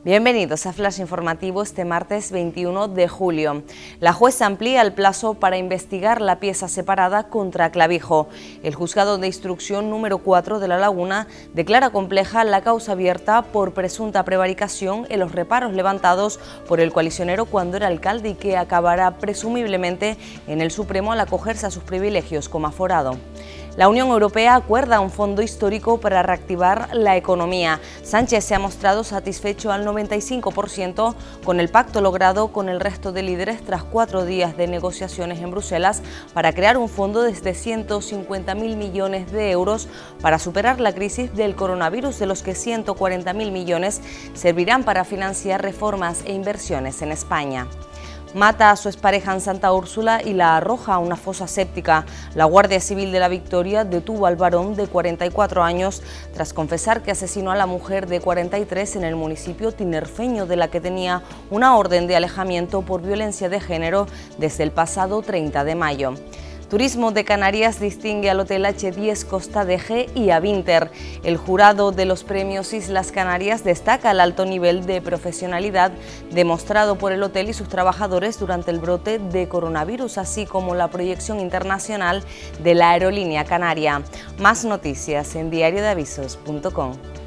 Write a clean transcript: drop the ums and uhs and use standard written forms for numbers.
Bienvenidos a Flash Informativo este martes 21 de julio. La jueza amplía el plazo para investigar la pieza separada contra Clavijo. El juzgado de instrucción número 4 de La Laguna declara compleja la causa abierta por presunta prevaricación en los reparos levantados por el coalicionero cuando era alcalde y que acabará presumiblemente en el Supremo al acogerse a sus privilegios como aforado. La Unión Europea acuerda un fondo histórico para reactivar la economía. Sánchez se ha mostrado satisfecho al 95% con el pacto logrado con el resto de líderes tras 4 días de negociaciones en Bruselas para crear un fondo de 150.000 millones de euros para superar la crisis del coronavirus, de los que 140.000 millones servirán para financiar reformas e inversiones en España. Mata a su expareja en Santa Úrsula y la arroja a una fosa séptica. La Guardia Civil de la Victoria detuvo al varón de 44 años tras confesar que asesinó a la mujer de 43 en el municipio tinerfeño, de la que tenía una orden de alejamiento por violencia de género desde el pasado 30 de mayo. Turismo de Canarias distingue al Hotel H10 Costa de G y a Vinter. El jurado de los premios Islas Canarias destaca el alto nivel de profesionalidad demostrado por el hotel y sus trabajadores durante el brote de coronavirus, así como la proyección internacional de la aerolínea canaria. Más noticias en diariodeavisos.com.